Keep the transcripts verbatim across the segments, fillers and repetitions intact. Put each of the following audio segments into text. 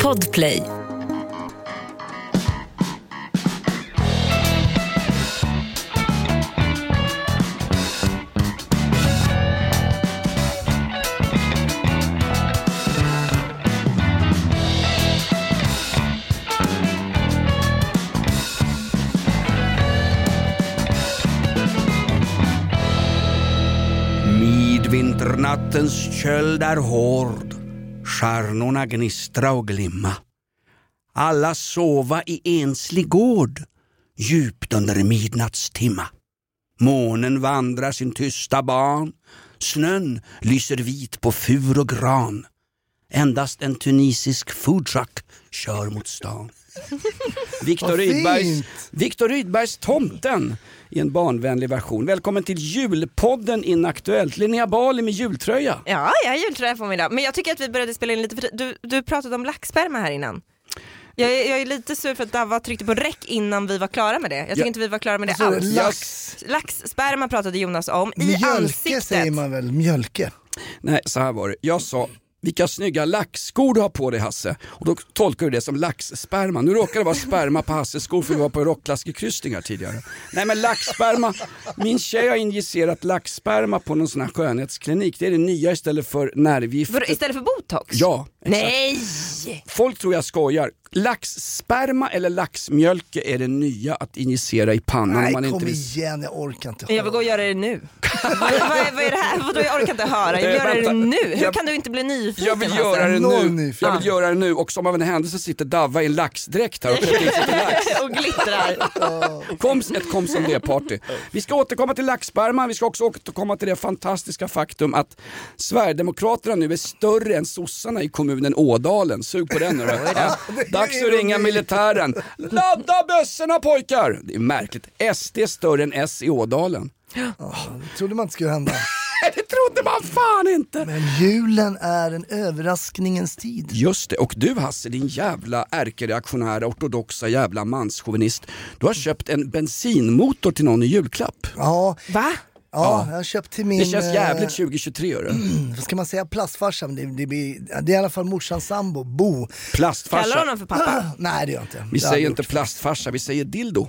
Podplay. Vinternattens köld är hård, stjärnorna gnistra och glimma. Alla sova i enslig gård, djupt under midnattstimma. Månen vandrar sin tysta ban, snön lyser vit på fur och gran. Endast en tunisisk foodtruck kör mot stan. Viktor Rydbergs, Viktor Rydbergs Tomten i en barnvänlig version. Välkommen till julpodden Inaktuellt. Linnea Bali med jultröja. Ja, jag har jultröja på mig idag. Men jag tycker att vi började spela in lite för du, du pratade om laxsperma här innan. Jag är, jag är lite sur för att Dava tryckte på räck innan vi var klara med det. Jag tycker ja. inte vi var klara med det alltså, alls. Lax. Laxsperma pratade Jonas om i mjölke ansiktet. Säger man väl, mjölke. Nej, så här var det. Jag sa, vilka snygga laxskor du har på dig, Hasse. Och då tolkar du det som laxsperma. Nu råkar det vara sperma på Hasses skor för vi var på rockklaskekryssningar tidigare. Nej, men laxsperma. Min tjej har injicerat laxsperma på någon sån här skönhetsklinik. Det är det nya istället för nervgifter. Istället för botox? Ja, exakt. Nej! Folk tror jag skojar. Laxsperma eller laxmjölke är det nya att injicera i pannan. Nej, om man kom inte vill... igen, jag orkar inte höra. Jag vill gå och göra det nu. vad, vad, är, vad är det här? Vadå, jag orkar inte höra. Jag vill göra det nu. Hur jag, kan du inte bli nyfiken? Jag vill göra det nu. Nyfiken. Jag vill göra det nu. Och som av en händelse sitter Dava i en laxdräkt här och plockar in sig till lax. och glittrar. Kom, ett kom som det party. Vi ska återkomma till laxsperma. Vi ska också återkomma till det fantastiska faktum att Sverigedemokraterna nu är större än sossarna i kommunen Ådalen. Sug på den nu. Ja. Dags att ringa militären. Ladda bössorna, pojkar! Det är märkligt. S D är större än S i Ådalen. Ja, det trodde man inte skulle hända. Det trodde man fan inte. Men julen är en överraskningens tid. Just det, och du Hasse, din jävla ärkereaktionära ortodoxa jävla manschauvinist. Du har köpt en bensinmotor till någon i julklapp. Ja. Va? Ja, jag har köpt till min... Det känns jävligt tjugohundratjugotre, gör det. Mm, vad ska man säga? Plastfarsa, men det, det, det, det är i alla fall morsans sambo, Bo. Plastfarsa. Kallar honom för pappa? Nej, det gör jag inte. Vi det säger inte plastfarsa, vi säger dildo.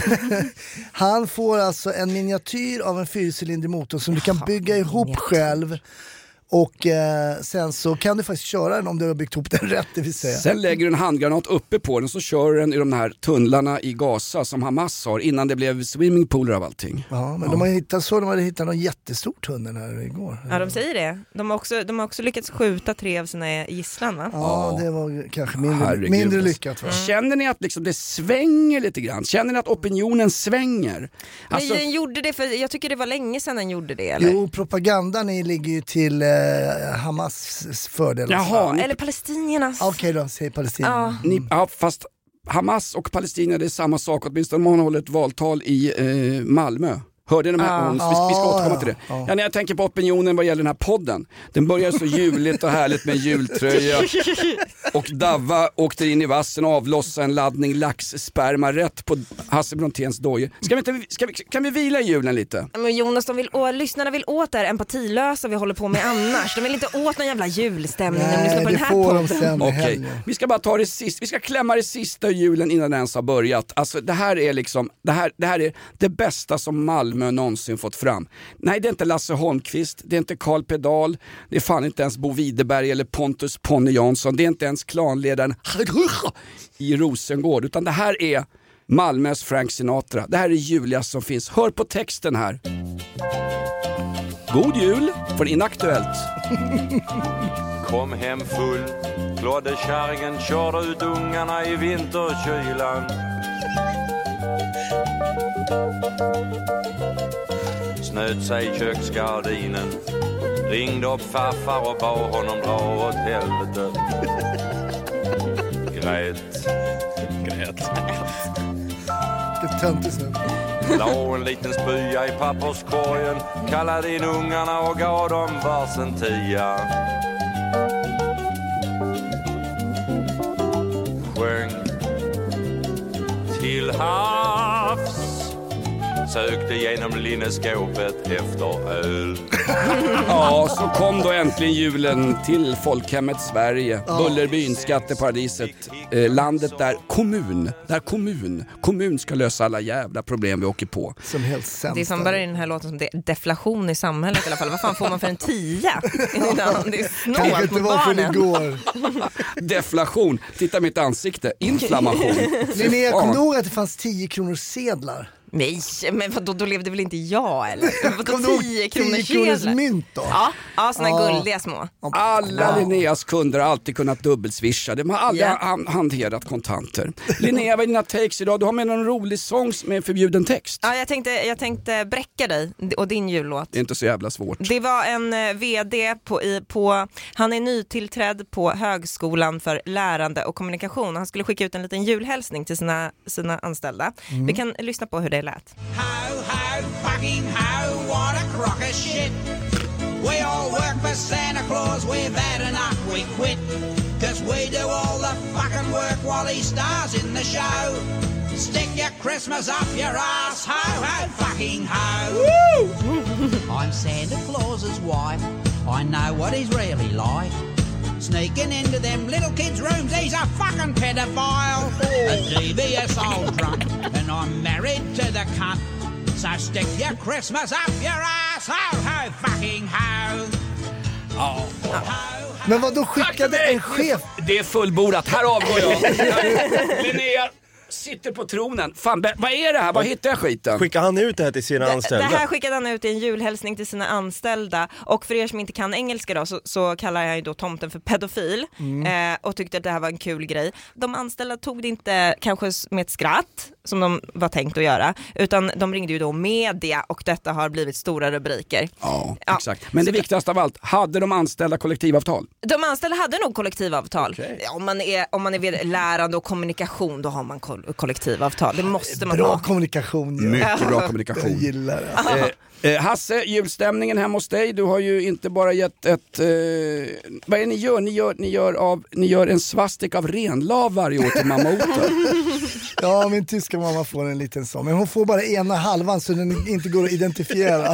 Han får alltså en miniatyr av en fyrcylindrig motor som du kan bygga ihop miniatyr. själv. Och eh, sen så kan du faktiskt köra den om du har byggt ihop den rätt, det vill säga. Sen lägger du en handgranat uppe på den så kör den i de här tunnlarna i Gaza som Hamas har innan det blev swimmingpooler av allting. Ja, men ja. de har hittat så, de hade hittat någon jättestor tunnel här igår. Ja, de säger det. De har också, de har också lyckats skjuta tre av sina gisslan, va? Ja, ja. det var kanske mindre, Herregud, mindre lyckat. Va? Mm. Känner ni att liksom det svänger lite grann? Känner ni att opinionen svänger? Alltså... Men den gjorde det, för jag tycker det var länge sedan den gjorde det, eller? Jo, propagandan ligger ju till eh, Hamas fördel. Jaha, ni... Eller palestiniernas. Okej okay då, säg palestinierna. Ja. Ni, ja, fast Hamas och Palestina, det är samma sak, åtminstone om man håller ett valtal i eh, Malmö. Hörde ni här? Ah. Vi, vi ska återkomma till det. Ah. Ja, när jag tänker på opinionen vad gäller den här podden. Den börjar så juligt och härligt med jultröja. Och Dava åkte in i vassen och avlossade en laddning laxsperma rätt på Hasse Bronténs dojer. Ska vi inte, ska vi, kan vi vila i julen lite? Men Jonas, de vill, å, lyssnarna vill åt där empatilösa vi håller på med annars. De vill inte åt någon jävla julstämning. Nej, de lyssnar på det den här får podden. de sen. Okej, vi ska bara ta det sist. Vi ska klämma det sista julen innan den ens har börjat. Alltså det här är liksom, det här, det här är det bästa som Malmö någonsin fått fram. Nej, det är inte Lasse Holmqvist, det är inte Karl Pedal, det är fan inte ens Bo Widerberg eller Pontus Ponny Jansson, det är inte ens klanledaren i Rosengård, utan det här är Malmös Frank Sinatra. Det här är Julia som finns. Hör på texten här. God jul från Inaktuellt. Kom hem full, glada kärringen körde ut ungarna i vinterkylan. Snöt sig köksgardinen, ringde upp farfar och bad honom dra åt helvete. Grät. Grät. Det töntes nu. La en liten spya i papperskorgen, kallade in ungarna och gav dem varsin tia. Sjöng till havs, sökte genom linneskåpet efter öl. Ja, så kom då äntligen julen till folkhemmet Sverige. Bullerbyn, skatteparadiset, eh, landet där kommun, där kommun, kommun ska lösa alla jävla problem vi åker på. Som helt sämst. Det är som bara i den här låten som det är deflation i samhället i alla fall. Vad fan får man för en tia? Det är snålt mot barnen. Deflation, titta mitt ansikte, inflammation. Linnea, kom du ihåg att det fanns tio kronor sedlar? Nej, men vadå, då levde väl inte jag eller? Vadå tio kronors kronors mynt då? Ja, ja såna Ja. guldiga små. Alla Ja. Linneas kunder har alltid kunnat dubbelswisha. De har aldrig Ja. han- hanterat kontanter. Linnea, vad är dina takes idag? Du har med någon rolig sång med förbjuden text. Ja, jag tänkte, jag tänkte bräcka dig och din jullåt. Det är inte så jävla svårt. Det var en eh, vd på, i, på, han är nytillträdd på Högskolan för lärande och kommunikation. Han skulle skicka ut en liten julhälsning till sina, sina anställda. Mm. Vi kan lyssna på hur det lät. Ho, ho, fucking ho, what a crock of shit. We all work for Santa Claus, we've had enough, we quit. Cause we do all the fucking work while he stars in the show. Stick your Christmas up your ass, ho, ho, fucking ho. Woo! I'm Santa Claus's wife, I know what he's really like. Sneaking into them little kids' rooms, he's a fucking pedophile. A D B S old drunk, and I'm married to the cunt. So stick your Christmas up your ass, ho, ho, fucking ho. Ja. Men vad då skickade en chef? Det är fullbordat, här avgår jag. Linnea sitter på tronen. Fan, be- vad är det här? Vad hittar jag skiten? Skickar han ut det här till sina Det, det anställda? här skickade han ut i en julhälsning till sina anställda. Och för er som inte kan engelska då, så, så kallar jag ju då tomten för pedofil. Mm. Eh, och tyckte att det här var en kul grej. De anställda tog det inte kanske med ett skratt som de var tänkt att göra. Utan de ringde ju då media och detta har blivit stora rubriker. Ja, Ja. exakt. Men det viktigaste av allt, hade de anställda kollektivavtal? De anställda hade nog kollektivavtal. Okej. Ja, om man är, om man är vid lärande och kommunikation, då har man koll- kollektivavtal. Det måste man Bra ha. kommunikation. Ja. Mycket bra Jag kommunikation. gillar det. Eh, eh, Hasse, julstämningen hemma hos dig. Du har ju inte bara gett ett... Eh, vad är det ni gör? Ni gör, ni gör, av, ni gör en svastik av renlav varje år till mamma Ota. Ja, min tyska mamma får en liten sån. Men hon får bara ena halvan så den inte går att identifiera.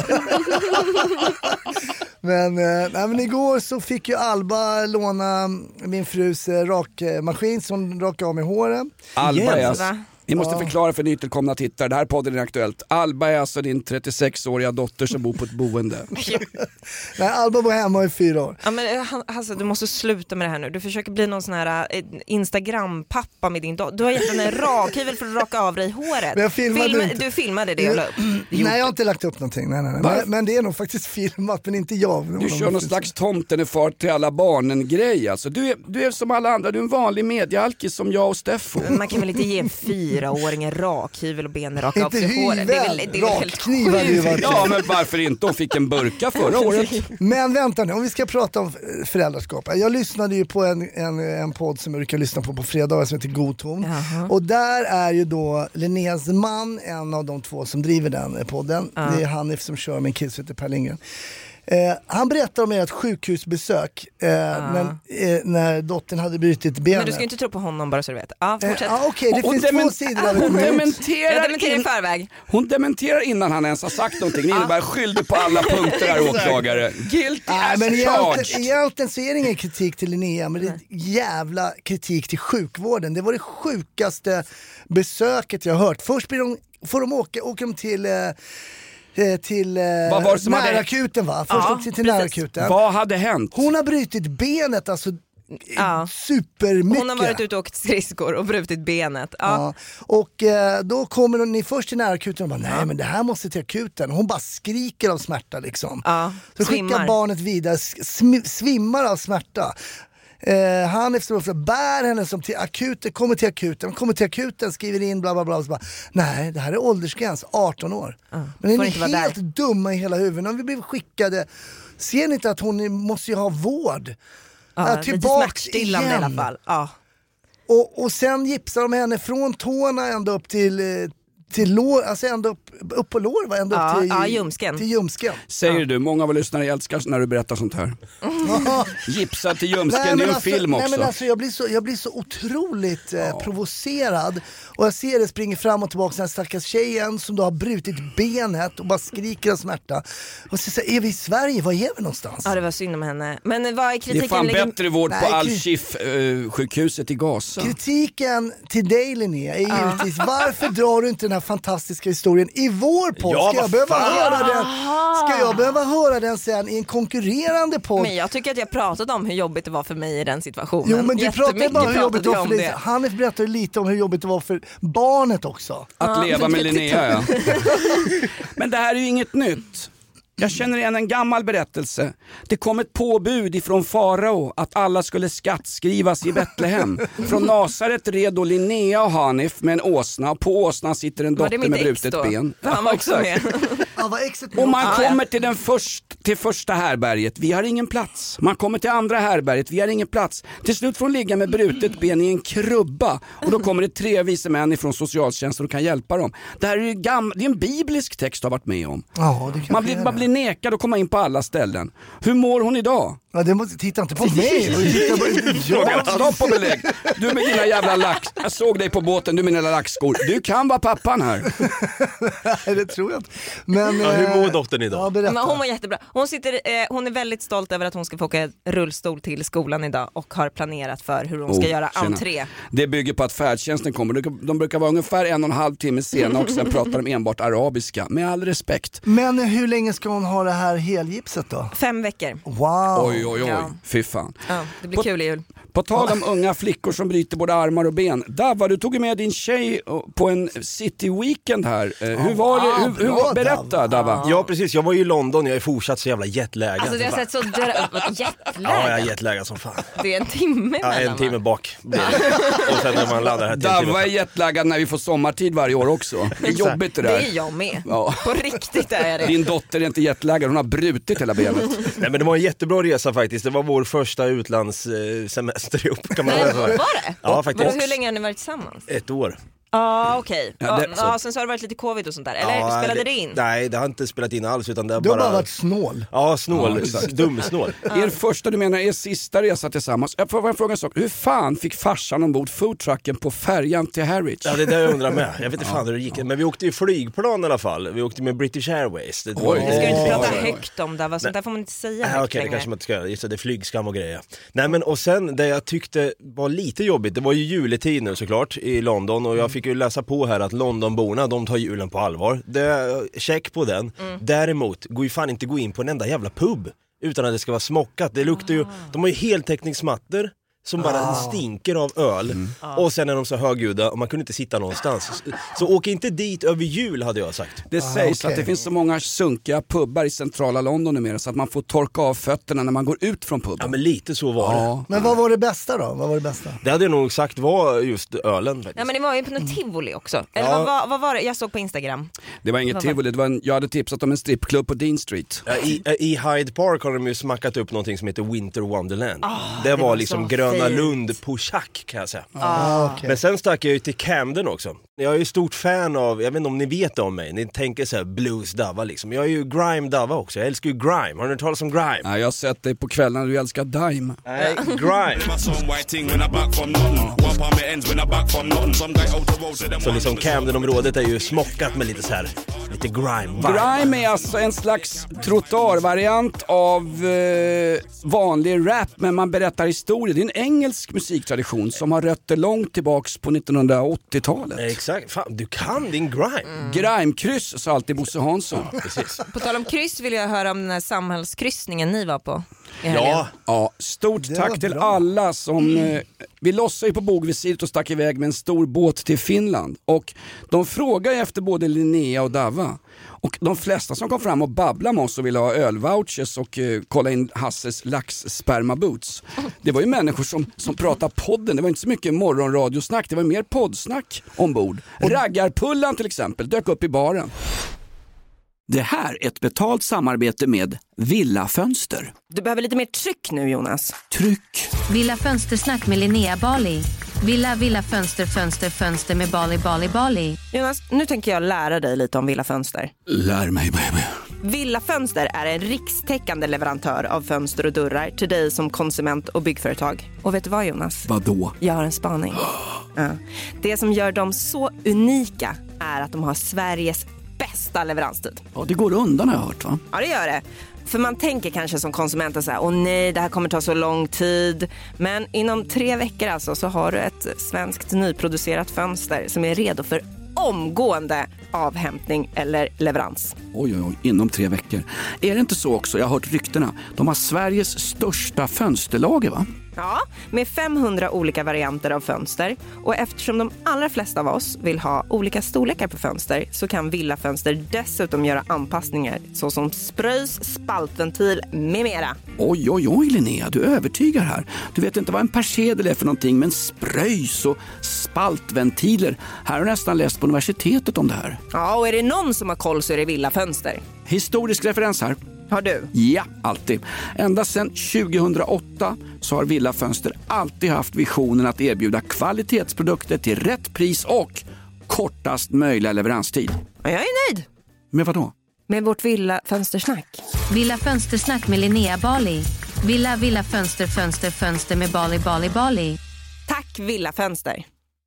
Men, eh, nej, men igår så fick ju Alba låna min frus eh, rakmaskin som rakade av mig håret. Alba är Yes, alltså, va? vi måste Ja. förklara för nytillkomna tittare. Det här podden är aktuellt. Alba är alltså din trettiosex-åriga dotter som bor på ett boende. Nej, Alba var hemma i fyra år. Ja, men han- alltså, du måste sluta med det här nu. Du försöker bli någon sån här eh, Instagram-pappa med din dotter. Du har gett henne en rakhyvel för att raka av dig håret. Men jag filmade Filma- inte. Du filmade det och la upp. Det Nej, jag har inte lagt upp någonting. Nej, nej, nej. Men, men det är nog faktiskt filmat, men inte jag. Du kör någon slags tomten är far till alla barnen-grej. Alltså. Du, är, du är som alla andra, du är en vanlig medialkis som jag och Steffo. Man kan väl inte ge en fyraåring en rakhyvel och ben raka av Inte sig håret. Det är väl, hyvel, det är väl helt rakkniv hade ju sjukt. varit. Ja, men varför inte? Hon fick en burka förra året. Men vänta nu, om vi ska prata om föräldraskap. Jag lyssnade ju på en, en, en podd som jag brukar lyssna på på fredagar som heter God ton. Jaha. Och där är ju då Linneas man en av de två som driver den podden. Ja. Det är Hanif som kör med en kille som heter Per Lindgren. Eh, han berättar om ert sjukhusbesök eh, när, eh, när dottern hade brutit benet. Men du ska inte tro på honom bara så du vet. Ja, Eh, fortsätt. ah, Okej, det Hon finns dement- två sidor av ett Hon mynt. dementerar, Jag dementerar i in, förväg. hon dementerar innan han ens har sagt någonting. Det innebär skyldig på alla punkter här, åklagare. Guilty Nej, as men egentligen, charged. egentligen så är det ingen kritik till Linnea, men det är jävla kritik till sjukvården. Det var det sjukaste besöket jag har hört. Först blir de, får de åka, åker de till... Eh, eh, till eh, Vad var det som hade- närakuten va? Först Ja, åkte de till precis. närakuten. Vad hade hänt? Hon har brutit benet, alltså Ja. supermycket. Hon har varit ute och åkt skridskor och brutit benet. Ja. Ja. Och eh, då kommer de, ni först till närakuten och bara, nej men det här måste till akuten. Hon bara skriker av smärta liksom. Ja, Så svimmar. skickar barnet vidare, sm- svimmar av smärta. Eh, han efter för bär henne som till akuten, kommer till akuten, kommer till akuten, skriver in bla bla bla och så bara, nej det här är åldersgräns, arton år. Ja, Men ni får är inte vara helt där. dumma i hela huvudet. Om vi blev skickade, ser ni inte att hon måste ju ha vård? Ja, Ja, lite tillbaks smärtstillande i alla igen. fall. Ja. Och, och sen gipsar de henne från tårna ända upp till, eh, till lår, alltså ända upp, upp på lår, var ända ja, upp till, ja, ljumsken. till ljumsken. Säger du, många av våra lyssnare älskar när du berättar sånt här. Gipsa till ljumsken, det är en alltså, film också. Nej, men alltså, jag, blir så, jag blir så otroligt eh, ja. provocerad. Och jag ser det springer fram och tillbaka, den här stackars tjejen som då har brutit benet och bara skriker av smärta. Och så säger, är vi i Sverige? Var är vi någonstans? Ja, det var synd om henne. Men vad är kritiken? Det är fan lägger... bättre vård Nej, på Al-Shif-sjukhuset uh, i Gaza. Kritiken till dig, Linnea, är ja. givetvis varför drar du inte den här fantastiska historien i vår podd? Ja, ska, jag behöva höra den, ska jag behöva höra den sen i en konkurrerande podd? Men jag tycker att jag pratade om hur jobbigt det var för mig i den situationen. Jo, men du pratade bara hur jobbigt det var för dig. Det. Hanif berättade lite om hur jobbigt det var för barnet också. Att ja, leva med Linnea, ja. Men det här är ju inget nytt. Jag känner igen en gammal berättelse. Det kom ett påbud ifrån farao att alla skulle skattskrivas i Betlehem. Från Nasaret red då Linnea och Hanif med en åsna. Och på åsnan sitter en dotter med brutet då? ben. Han var också med. Ja, var exet och man ah, kommer ja. till den först, till första härberget. Vi har ingen plats. Man kommer till andra härberget. Vi har ingen plats. Till slut får hon ligga med brutet ben i en krubba. Och då kommer det tre vise män ifrån socialtjänsten och kan hjälpa dem. Det här är ju gam- det är en biblisk text jag har varit med om. Ja, det kan man, blir, man blir nekad att komma in på alla ställen. Hur mår hon idag? Ja, det måste, titta inte på mig. Titta på, ja, stopp och belägg. Du med dina jävla lax. Jag såg dig på båten, du med dina laxskor. Du kan vara pappan här. Nej, det tror jag inte. Men, ja, hur mår dottern idag? Ja, men hon mår jättebra. Hon, sitter, eh, hon är väldigt stolt över att hon ska få åka rullstol till skolan idag och har planerat för hur hon ska oh, göra tjena. entré. Det bygger på att färdtjänsten kommer. De brukar vara ungefär en och en halv timme sena och sen pratar de enbart arabiska. Med all respekt. Men hur länge ska hon ha det här helgipset då? Fem veckor. Wow. Oj, oj, oj. Ja. Fy fan. Ja, det blir på, kul i jul. På tal om unga flickor som bryter både armar och ben. Dava, du tog med din tjej på en city weekend här. Hur var det? Hur, hur var, berätta, Dava. Ja, precis. Jag var i London. Jag är fortsatt så jävla jetlaggad. Alltså det har sett så dra- jetlaggad. Ja, jag är jetlaggad som fan. Det är en timme Ja, en timme bak. Och sen när man laddar här till Dava är jetlaggad när vi får sommartid varje år också. Det är jobbigt det där. Det är jag med. Ja. På riktigt är det. Din dotter är inte jetlaggad. Hon har brutit hela benet. Nej, men det var en jättebra resa faktiskt. Det var vår första utlandssemester ihop, kan man säga. säga. Var det? Ja, faktiskt. Men hur länge har ni varit tillsammans? Ett år. Ah, okej. Okay. Ja, ja, ja, sen så har det varit lite covid och sånt där. Eller ja, spelade det, det in? Nej, det har inte spelat in alls. Utan det har du bara... har bara varit snål. Ja, snål. Ja, Dumsnål. Ja. Er första, du menar, er sista resa tillsammans. Jag får fråga en sak. Hur fan fick farsan ombord foodtrucken på färjan till Harwich? Ja, det är det jag undrar med. Jag vet inte fan hur det gick. Men vi åkte i flygplan i alla fall. Vi åkte med British Airways. Det var... Du ska ju inte prata ja, högt om det. Sånt där får man inte säga ja, högt okej, längre. det kanske man inte ska göra. Just det, det är flygskam och grejer. Nej, men och sen det jag tyckte var lite jobbigt. Det var ju juletid nu såklart i London. Och jag fick ju läsa på här att Londonborna, de tar julen på allvar. Det är check på den. Mm. Däremot går ju fan inte gå in på en enda jävla pub utan att det ska vara smockat. Det luktar ju, de har ju heltäckningsmattor som bara ah. stinker av öl. Mm. Och sen är de så högljudda och man kunde inte sitta någonstans. Så åk inte dit över jul, hade jag sagt. Det ah, sägs okay. att det finns så många sunkiga pubbar i centrala London numera så att man får torka av fötterna när man går ut från pubben. Ja, men lite så var det. Ja. Men vad var det bästa då? Vad var det bästa? Det hade jag nog sagt var just ölen. Ja, men det var ju på något tivoli också. Eller ja. vad, vad, vad var det? Jag såg på Instagram. Det var inget vad tivoli, det var en, jag hade tipsat om en strippklubb på Dean Street. Ja, i, I Hyde Park har de ju smackat upp någonting som heter Winter Wonderland. Oh, det, det var, var liksom Gröna fint. Lund på Chack, kan jag säga. Ah, okay. Men sen stack jag ju till Camden också. Jag är ju stort fan av, jag vet inte om ni vet om mig, ni tänker så här blues Dava liksom. Jag är ju grime Dava också, jag älskar ju grime. Har ni hört talas om grime? Ja, jag har sett dig på kvällarna, du älskar dime. Nej, grime. Så liksom Camden-området är ju smockat med lite så här, lite grime. Grime är alltså en slags trottoarvariant av eh, vanlig rap, men man berättar historier. Det är en engelsk musiktradition som har rötter långt tillbaks på nittonhundraåttiotalet. Exakt, fan, du kan din grime. Mm. Grime-kryss, sa alltid Bosse Hansson. Ja, precis. På tal om kryss vill jag höra om den här samhällskryssningen ni var på. Ja, ja, stort tack till alla som eh, vi lossade ju på bogvisiret och stack iväg med en stor båt till Finland. Och de frågade efter både Linnea och Dava. Och de flesta som kom fram och babblade med oss och ville ha ölvouchers och uh, kolla in Hasses laxspermaboots. Det var ju människor som, som pratade podden. Det var inte så mycket morgonradiosnack, det var mer poddsnack ombord. Raggarpullan till exempel dök upp i baren. Det här är ett betalt samarbete med Villa Fönster. Du behöver lite mer tryck nu, Jonas. Tryck. Villa Fönstersnack med Linnea Bali. Villa, villa, fönster, fönster, fönster med Bali, Bali, Bali. Jonas, nu tänker jag lära dig lite om Villa Fönster. Lär mig, baby. Villa Fönster är en rikstäckande leverantör av fönster och dörrar till dig som konsument och byggföretag. Och vet du vad, Jonas? Vadå? Jag har en spaning. Ja. Det som gör dem så unika är att de har Sveriges bästa leveranstid. Ja, det går undan har jag hört, va? Ja, det gör det. För man tänker kanske som konsument så här, åh nej, det här kommer ta så lång tid. Men inom tre veckor alltså så har du ett svenskt nyproducerat fönster som är redo för omgående avhämtning eller leverans. Oj, oj, oj, inom tre veckor. Är det inte så också, jag har hört ryktena, de har Sveriges största fönsterlager, va? Ja, med femhundra olika varianter av fönster. Och eftersom de allra flesta av oss vill ha olika storlekar på fönster så kan Villa Fönster dessutom göra anpassningar såsom spröjs, spaltventil med mera. Oj, oj, oj, Linnea, du övertygar här. Du vet inte vad en persedel är för någonting, men spröjs och spaltventiler. Här har jag nästan läst på universitetet om det här. Ja, och är det någon som har koll så är det Villa Fönster. Historisk referens här. Har du? Ja, alltid. Ända sedan tjugohundraåtta så har Villa Fönster alltid haft visionen att erbjuda kvalitetsprodukter till rätt pris och kortast möjliga leveranstid. Ja, jag är nöjd. Med vad då? Med vårt Villa Fönstersnack. Villa Fönstersnack med Linnea Bali. Villa, villa, fönster, fönster, fönster med Bali, Bali, Bali. Tack Villa Fönster.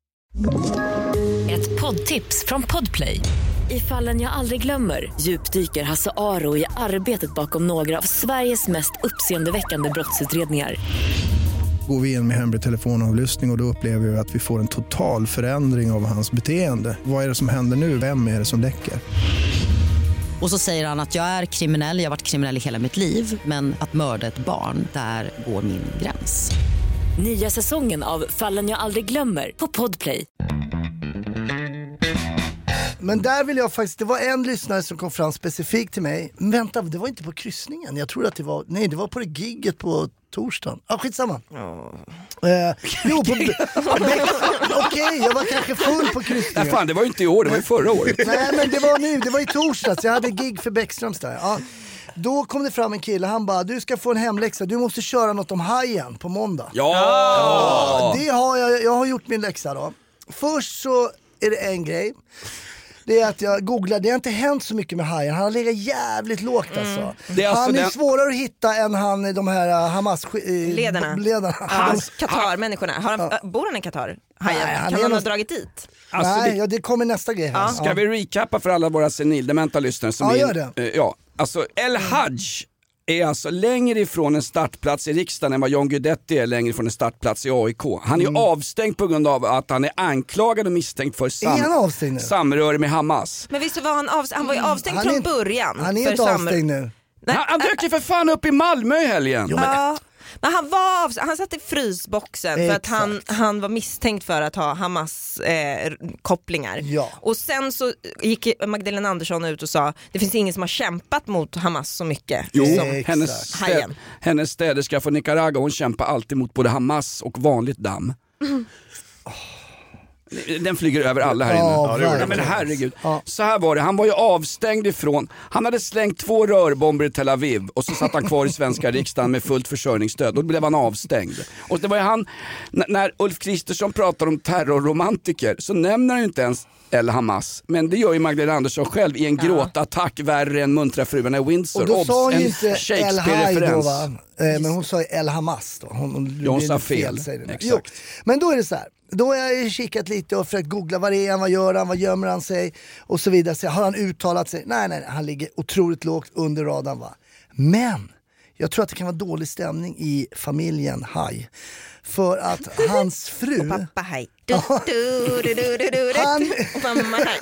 Ett poddtips från Podplay. I Fallen jag aldrig glömmer djupdyker Hasse Aro i arbetet bakom några av Sveriges mest uppseendeväckande brottsutredningar. Går vi in med hemlig telefonavlyssning och, och då upplever vi att vi får en total förändring av hans beteende. Vad är det som händer nu? Vem är det som läcker? Och så säger han att jag är kriminell, jag har varit kriminell i hela mitt liv. Men att mörda ett barn, där går min gräns. Nya säsongen av Fallen jag aldrig glömmer på Podplay. Men där vill jag faktiskt, det var en lyssnare som kom fram specifikt till mig. Men vänta, det var inte på kryssningen. Jag tror att det var, nej det var på det gigget på torsdagen. Ja, ah, skitsamma. Oh. Eh, jo, på, okej, okay, jag var kanske full på kryssningen. Nej fan, det var ju inte i år, det var ju förra året. Nej men det var nu, det var i torsdags. Jag hade gig för Bäckströms där. Ja. Då kom det fram en kille, han bara, du ska få en hemläxa, du måste köra något om hajen på måndag. Ja! ja det har jag, jag har gjort min läxa då. Först så är det en grej. Det är att jag googlade, det har inte hänt så mycket med hajen. Han har legat jävligt lågt alltså. Mm. Det är alltså han är den... svårare att hitta än han, de här Hamas eh, ledarna. ledarna. Ja, Qatar-människorna. Har han, ja. Bor han i Qatar? Hajen? Nej, han kan han ha dragit dit? Alltså, Nej, det... ja, det kommer nästa grej här. Ja. Ska vi recappa för alla våra senildementa lyssnare som ja, är... gör det. Uh, ja, alltså El Hajj är alltså längre ifrån en startplats i riksdagen än vad John Guidetti är längre ifrån en startplats i A I K. Han är mm. avstängd på grund av att han är anklagad och misstänkt för sam- samröre med Hamas. Men visst var han avstängd, han var ju avstängd han från är, början. Han är inte avstängd nu. Nej. Han, han dök ju för fan upp i Malmö i helgen. Jo, men... ja. Men han var avstängd, han satt i frysboxen för att han, han var misstänkt för att ha Hamas eh, kopplingar. Ja. Och sen så gick Magdalena Andersson ut och sa det finns ingen som har kämpat mot Hamas så mycket. Jo, som hennes, städ, hennes städerska från Nicaragua, hon kämpar alltid mot både Hamas och vanligt damm. Mm. Oh. Den flyger över alla här inne. Ja, ja, men herregud. Ja. Så här var det, han var ju avstängd ifrån. Han hade slängt två rörbomber i Tel Aviv och så satt han kvar i svenska riksdagen med fullt försörjningsstöd. Då blev han avstängd. Och det var ju han, n- när Ulf Kristersson pratar om terrorromantiker så nämner han ju inte ens El Hamas. Men det gör ju Magdalena Andersson själv i en ja. gråtattack värre än muntra fruarna i Windsor. Och då Obs, sa hon ju inte El Haj då, va? Eh, men hon sa El Hamas då. Hon, hon, hon sa fel, fel exakt. Jo. Men då är det så här. Då har jag kikat lite och försökt googla vad är han, vad gör han, vad gömmer han sig och så vidare. Så har han uttalat sig? Nej, nej, nej, han ligger otroligt lågt under radarn, va. Men jag tror att det kan vara dålig stämning i familjen Haj. För att hans fru... Och pappa Haj. Du, du, du, du, du, du, han... och mamma Haj.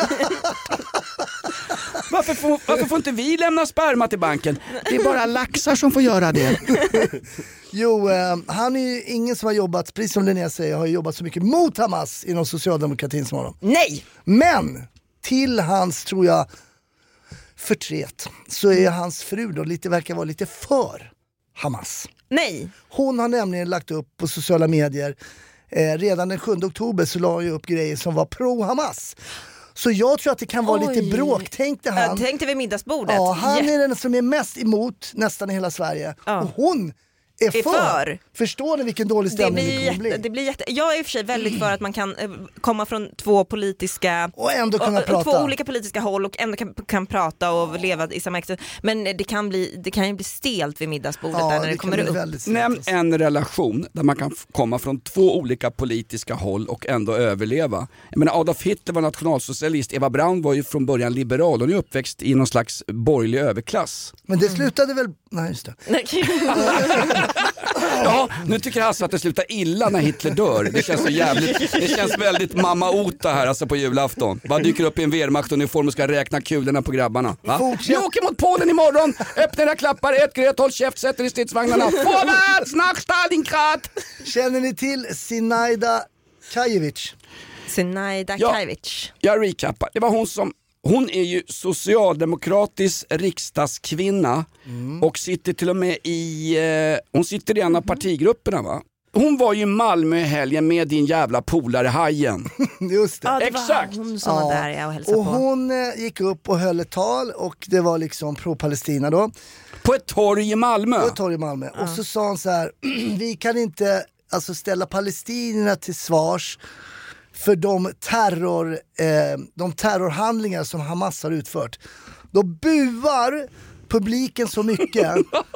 Varför får, varför får inte vi lämna sperma till banken? Det är bara laxar som får göra det. Jo, eh, han är ju ingen som har jobbat, precis som Linnea säger, har jobbat så mycket mot Hamas inom socialdemokratin som honom. Nej! Men till hans, tror jag, förtret så är hans fru då lite, verkar vara lite för Hamas. Nej! Hon har nämligen lagt upp på sociala medier, eh, redan den sjunde oktober så la jag upp grejer som var pro-Hamas. Så jag tror att det kan vara Oj. lite bråk, tänkte han. Jag tänkte vid middagsbordet. Ja, han yeah. är den som är mest emot nästan i hela Sverige. Ja. Och hon är för. är för. Förstår ni vilken dålig stämning det, blir det kommer jätte, bli? det blir jätte, jag är i och för sig väldigt för att man kan eh, komma från två politiska och ändå kunna och, prata. två olika politiska håll och ändå kan, kan prata och leva i samma äktenskap. Men det kan bli det kan ju bli stelt vid middagsbordet Ja, där när det, det kommer upp. Nämn en relation där man kan f- komma från två olika politiska håll och ändå överleva. Jag menar, Adolf Hitler var nationalsocialist, Eva Braun var ju från början liberal och är uppväxt i någon slags borgerlig överklass. Men det slutade väl... Nej, just det. Ja, nu tycker jag alltså att det slutar illa när Hitler dör. Det känns så jävligt. Det känns väldigt mamma Ota här alltså på julafton. Bara dyker upp i en Wehrmacht-uniform och ska räkna kulorna på grabbarna. Va? Vi åker mot Polen imorgon. Öppna era klappar, ett gröt, håll käft, sätter i stridsvagnarna. Vorwärts nach Stalingrad! Känner ni till Zinaida Kajevic? Zinaida Ja. Kajevic. Jag recappar. Det var hon som... Hon är ju socialdemokratisk riksdagskvinna mm. och sitter till och med i... Eh, hon sitter i en av partigrupperna, va? Hon var ju i Malmö i helgen med din jävla polare Hajen. Just det. Ja, det Exakt. var hon som var där jag och hälsade och på. hon eh, gick upp och höll ett tal och det var liksom pro-Palestina då. På ett torg i Malmö. På ett torg i Malmö. Ja. Och så sa hon så här, vi kan inte alltså, ställa palestinierna till svars för de, terror, eh, de terrorhandlingar som Hamas har utfört. Då buar publiken så mycket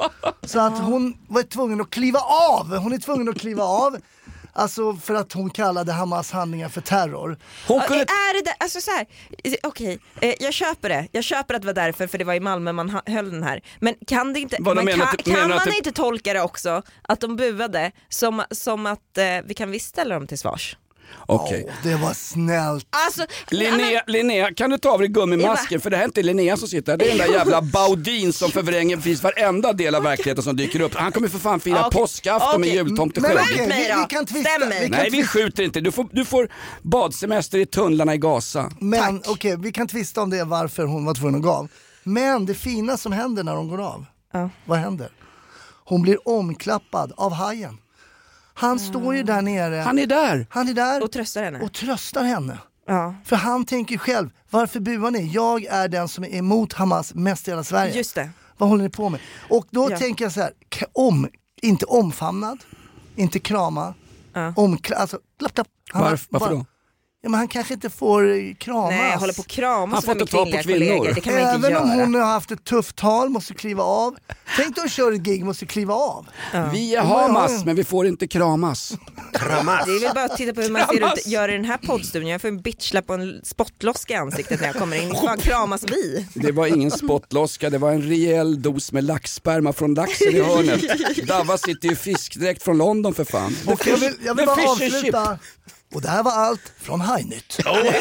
så att hon var tvungen att kliva av. Hon är tvungen att kliva av. Alltså för att hon kallade Hamas handlingar för terror. Hon kunde... Är det där, alltså så här, okej, okay, jag köper det. Jag köper att det var därför, för det var i Malmö man höll den här. Men kan det inte, man kan, menar, kan menar man det... inte tolka det också att de buade som, som att eh, vi kan visst ställa dem till svars? Okej. Okay. Oh, det var snällt. Alltså, Linnea, Linnea, kan du ta av dig gummimasken? För det här är inte Linnea som sitter här. Det är den där jävla Baudin som förvränger precis varenda del av verkligheten som dyker upp. Han kommer för fan fira okay. påskafton okay. med jultomteskägg. Men okej, okay, vi, vi kan twista. Vi kan Nej, vi skjuter inte. Du får, du får badsemester i tunnlarna i Gaza. Men okej, okay, vi kan twista om det varför hon var tvungen att gå av. Men det fina som händer när hon går av, uh. vad händer? Hon blir omklappad av Hajen. Han mm. står ju där nere. Han är där. Han är där. Och tröstar henne. Och tröstar henne. Ja. För han tänker själv, varför buar ni? Jag är den som är emot Hamas mest i hela Sverige. Just det. Vad håller ni på med? Och då ja. tänker jag så här, om, inte omfamnad, inte krama, ja. omkla, alltså, klapp, klapp. Han Varför, varför bara, då? Ja, men han kanske inte får kramas. Nej, jag håller på att kramas. Han får inte ta på kvinnor. Kollegor. Det kan man Även inte om göra. hon har haft ett tufft tal, måste kliva av. Tänk om hon kör ett gig, måste kliva av. Ja. Vi är Hamas, men vi får inte kramas. Kramas. Det är väl bara att titta på hur man ser ut, gör i den här poddstudion. Jag får en bitchla på en spottloska i ansiktet när jag kommer in. Fan, kramas vi. Det var ingen spottloska, det var en rejäl dos med laxsperma från laxen i hörnet. Dava sitter ju fiskdräkt från London för fan. Och jag vill, jag vill bara avsluta. Och det här var allt från Hajnytt.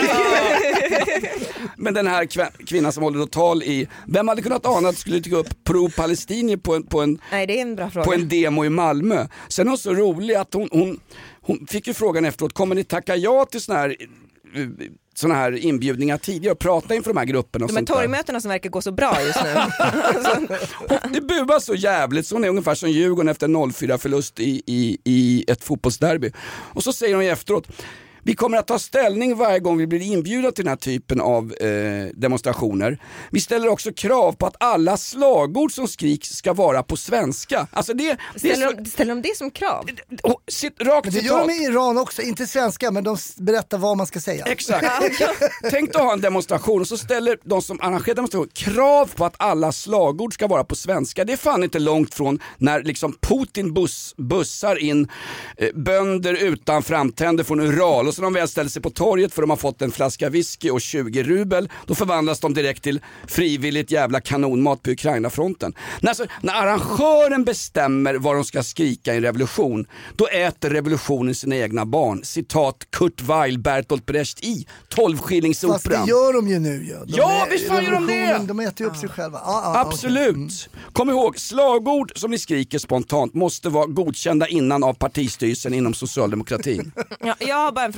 Men den här kv- kvinnan som håller tal i, vem hade kunnat ana att det skulle dyka upp pro-palestinier på en, på, en, Nej, det är en bra fråga. på en demo i Malmö. Sen är hon så rolig att hon, hon, hon fick ju frågan efteråt, kommer ni tacka ja till såna här, såna här inbjudningar tidigare och prata inför de här grupperna? Och de här torgmötena som verkar gå så bra just nu. Det buvar så jävligt, så hon är ungefär som Djurgården efter noll fyra förlust i, i, i ett fotbollsderby. Och så säger hon efteråt, vi kommer att ta ställning varje gång vi blir inbjudna till den här typen av eh, demonstrationer. Vi ställer också krav på att alla slagord som skriks ska vara på svenska. Alltså det, det ställer, så, de, ställer de det som krav? Oh, sitt, rakt men det gör de i Iran också, inte svenska, men de berättar vad man ska säga. Exakt. Tänk att ha en demonstration och så ställer de som arrangerar demonstration krav på att alla slagord ska vara på svenska. Det är fan inte långt från när liksom Putin buss, bussar in eh, bönder utan framtänder från Ural. Och så de väl ställer sig på torget för de har fått en flaska whisky och tjugo rubel, då förvandlas de direkt till frivilligt jävla kanonmat på Ukraina-fronten. När, alltså, när arrangören bestämmer vad de ska skrika i en revolution, då äter revolutionen sina egna barn. Citat Kurt Weill, Bertolt Brecht i tolvskillingsoperan. Fast det gör de ju nu. Ja, de ja är, visst fan gör de det! De äter upp sig själva. Ah, ah, Absolut. Okay. Mm. Kom ihåg, slagord som ni skriker spontant måste vara godkända innan av partistyrelsen inom socialdemokratin. Ja, jag har bara en fråga.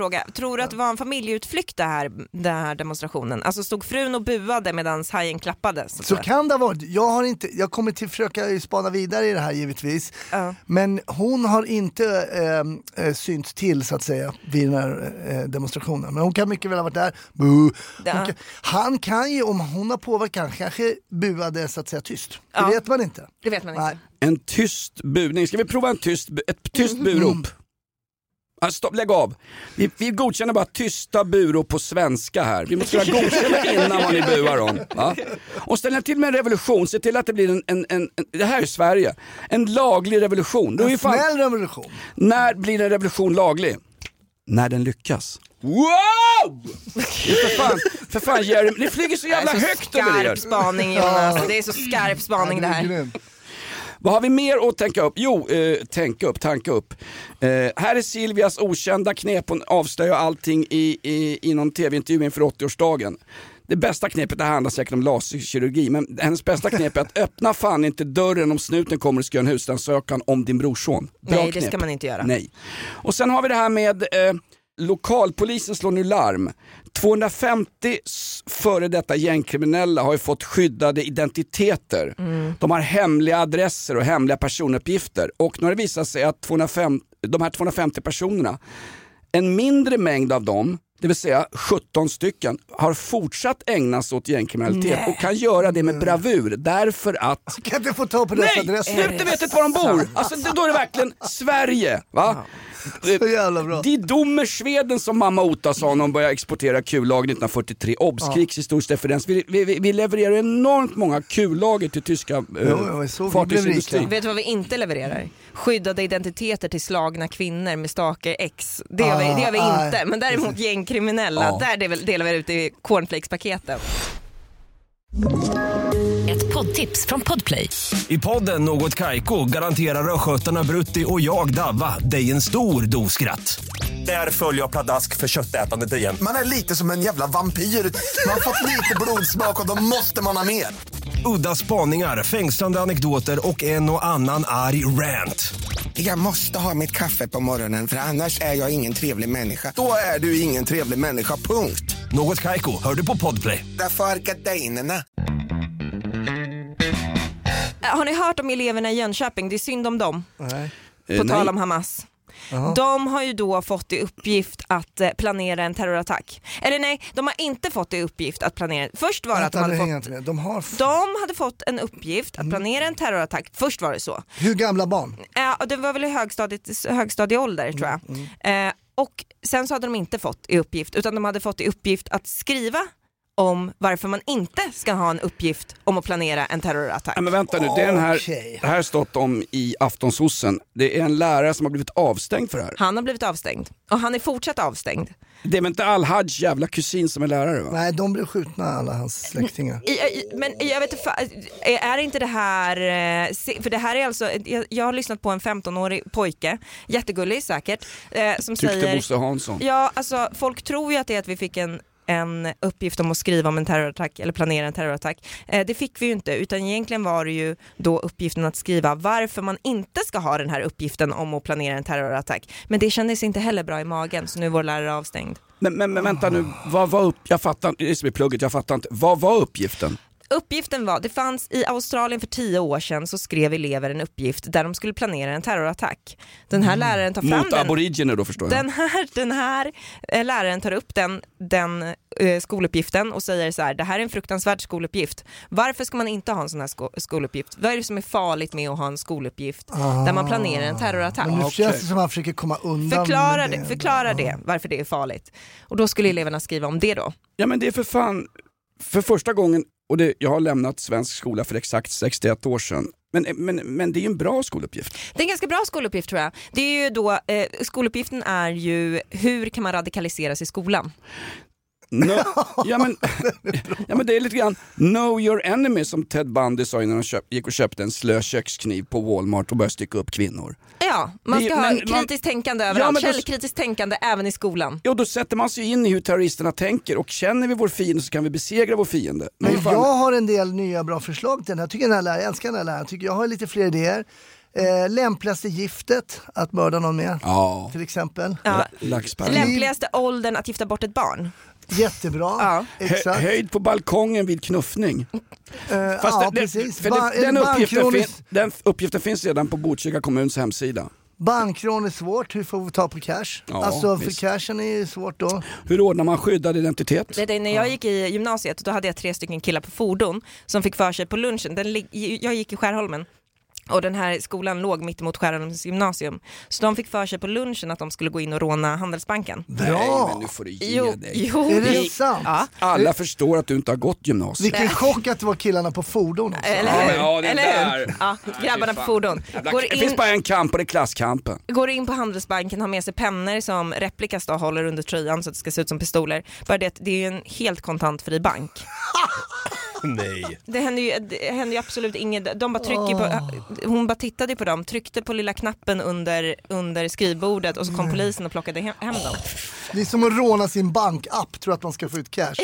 fråga. Tror du att det var en familjeutflykt det här, den här demonstrationen? Alltså stod frun och buade medan hajen klappade? Så, så kan det vara. Jag har inte, jag kommer till försöka spana vidare i det här givetvis. Uh. Men hon har inte äh, synts till så att säga vid den här äh, demonstrationen. Men hon kan mycket väl ha varit där. Uh. Kan, han kan ju, om hon har påverkan, kanske buade så att säga tyst. Det uh. vet man inte. Det vet man inte. Nej. En tyst buning. Ska vi prova en tyst, ett tyst burop? Mm. Alltså, stopp, lägg av. Vi, vi godkänner bara tysta burop på svenska här. Vi måste godkänna innan man ni buar om. Va? Och ställa till med en revolution. Se till att det blir en, en, en, en det här är Sverige. En laglig revolution. En fan, snäll revolution. När blir en revolution laglig? När den lyckas. Wow! För fan, för fan Jeremy, ni flyger så jävla så högt över er. Skarp spaning, Jonas. Det är så skarp spaning det här. Vad har vi mer att tänka upp? Jo, eh, tänka upp, tanka upp. Eh, här är Silvias okända knep. Hon avslöjar allting i, i, i någon tv-intervju inför åttioårsdagen. Det bästa knepet, det handlar säkert om laserkirurgi, men hennes bästa knep är att öppna fan inte dörren om snuten kommer och ska göra en husrannsakan om din brorson. Bra Nej, det knep. ska man inte göra. Nej. Och sen har vi det här med eh, lokalpolisen slår nu larm. tvåhundrafemtio före detta gängkriminella har ju fått skyddade identiteter. Mm. De har hemliga adresser och hemliga personuppgifter. Och nu har det visat sig att tvåhundrafemtio, de här tvåhundrafemtio personerna, en mindre mängd av dem, det vill säga sjutton stycken, har fortsatt ägna sig åt gängkriminalitet. Nej. Och kan göra det med bravur därför att... Kan du få ta på dessa adresser? Nej, sluta vet inte var de bor. Alltså då är det verkligen Sverige, va? Så jävla bra. De domer Sveden som mamma Ota sa när hon började exportera kullager nittonhundrafyrtiotre. Obskrigshistorisk referens. Vi, vi, vi levererar enormt många kullager till tyska eh, fartygsindustrin. Vet du vad vi inte levererar? Skyddade identiteter till slagna kvinnor med Staker X. Det gör vi, det gör vi ah, inte. Men däremot gängkriminella, ah. där delar vi ut i cornflakespaketen. Ett poddtips från Podplay. I podden Något Kaiko garanterar röskötarna Brutti och jag Davva dig en stor doskratt. Där följer jag pladask för köttätandet igen. Man är lite som en jävla vampyr. Man har fått lite blodsmak och då måste man ha mer. Udda spaningar, fängslande anekdoter och en och annan arg rant. Jag måste ha mitt kaffe på morgonen för annars är jag ingen trevlig människa. Då är du ingen trevlig människa, punkt. Något Kaiko, hör du på Podplay. Därför är gardinerna. Har ni hört om eleverna i Jönköping? Det är synd om dem. Nej. På tal om Hamas. Uh-huh. De har ju då fått i uppgift att planera en terrorattack. Eller nej, de har inte fått i uppgift att planera. Först var det att de hade, fått, de, har f- de hade fått en uppgift att planera en terrorattack. Först var det så. Hur gamla barn? Ja, det var väl i högstadieålder tror jag. Mm, mm. Eh, och sen så hade de inte fått i uppgift, utan de hade fått i uppgift att skriva om varför man inte ska ha en uppgift om att planera en terrorattack. Ja, men vänta nu, det är den här, okay. Det här har stått om i Aftonsossen. Det är en lärare som har blivit avstängd för det här. Han har blivit avstängd och han är fortsatt avstängd. Det är väl inte Al-Hajj jävla kusin som är lärare, va? Nej, de blev skjutna alla hans släktingar. Men jag vet inte, är inte det här, för det här är alltså, jag har lyssnat på en femtonårig pojke, jättegullig säkert, som Tyckte säger... Bosse Hansson. Ja, alltså folk tror ju att det är att vi fick en en uppgift om att skriva om en terrorattack eller planera en terrorattack. Eh, det fick vi ju inte, utan egentligen var det ju då uppgiften att skriva varför man inte ska ha den här uppgiften om att planera en terrorattack. Men det kändes inte heller bra i magen, så nu är vår lärare avstängd. Men, men, men vänta nu, vad var upp? Jag fattar, det är som i plugget, jag fattar inte. Vad var uppgiften? Uppgiften var, det fanns i Australien för tio år sedan, så skrev elever en uppgift där de skulle planera en terrorattack. Den här mm. läraren tar fram Mot den. aboriginer då, förstår jag. Den här, den här eh, läraren tar upp den, den eh, skoluppgiften och säger så här: det här är en fruktansvärd skoluppgift. Varför ska man inte ha en sån här sko- skoluppgift? Vad är det som är farligt med att ha en skoluppgift ah. där man planerar en terrorattack? Men nu känns det som att man försöker komma undan Förklara, det, det, förklara ah. det, varför det är farligt. Och då skulle eleverna skriva om det då. Ja, men det är för fan, för första gången. Och det, jag har lämnat svensk skola för exakt sextioett år sedan. Men, men, men det är ju en bra skoluppgift. Det är en ganska bra skoluppgift tror jag. Det är ju då, eh, skoluppgiften är ju hur kan man radikaliseras i skolan? No, ja, men, ja men det är lite grann know your enemy som Ted Bundy sa innan han köp, gick och köpte en slö kökskniv på Walmart och började stycka upp kvinnor. Ja, man ska det, ha men, kritiskt man, tänkande överallt, ja, källkritiskt tänkande även i skolan. Ja, då sätter man sig in i hur terroristerna tänker och känner vi vår fiende så kan vi besegra vår fiende. Men, men jag har en del nya bra förslag till den här. Jag tycker den här läraren, jag älskar den här läraren. Jag tycker jag har lite fler idéer. Eh, lämpligaste giftet att mörda någon med, Ja. till exempel. Ja. Laxberg. Lämpligaste åldern att gifta bort ett barn. Jättebra, Ja. exakt. Hö- höjd på balkongen vid knuffning. Eh, Fast ja, det- precis. För Ba- det, den, eller uppgiften bankrån är- fin, den uppgiften finns redan på Botkyrka kommuns hemsida. Bankrån är svårt, hur får vi ta på cash? Ja, alltså för visst. cashen är ju svårt då. Hur ordnar man skyddad identitet? Det, det, när jag gick i gymnasiet då hade jag tre stycken killar på fordon som fick för sig på lunchen. Den, lig- jag gick i Skärholmen. Och den här skolan låg mitt emot Skärholmens gymnasium. Så de fick för sig på lunchen att de skulle gå in och råna Handelsbanken. Nej, Bra! men nu får du ge Jo, dig. jo. Är det sant? Ja. Alla förstår att du inte har gått gymnasiet. Vilken chock att det var killarna på fordon också. Eller Ja, hur? men ja, det Eller där. hur? Ja, grabbarna på fordon. Jävla- Går Det finns in, bara en kamp och det är klasskampen. går in på Handelsbanken, har med sig pennor som replikas då håller under tröjan så att det ska se ut som pistoler. Bara det att det är ju en helt kontantfri bank. Nej. Det händer ju, det händer ju absolut inget. De bara trycker på, hon bara tittade på dem, tryckte på lilla knappen under, under skrivbordet och så kom polisen och plockade hem, hem dem. Det är som att råna sin bankapp, tror att man ska få ut cash.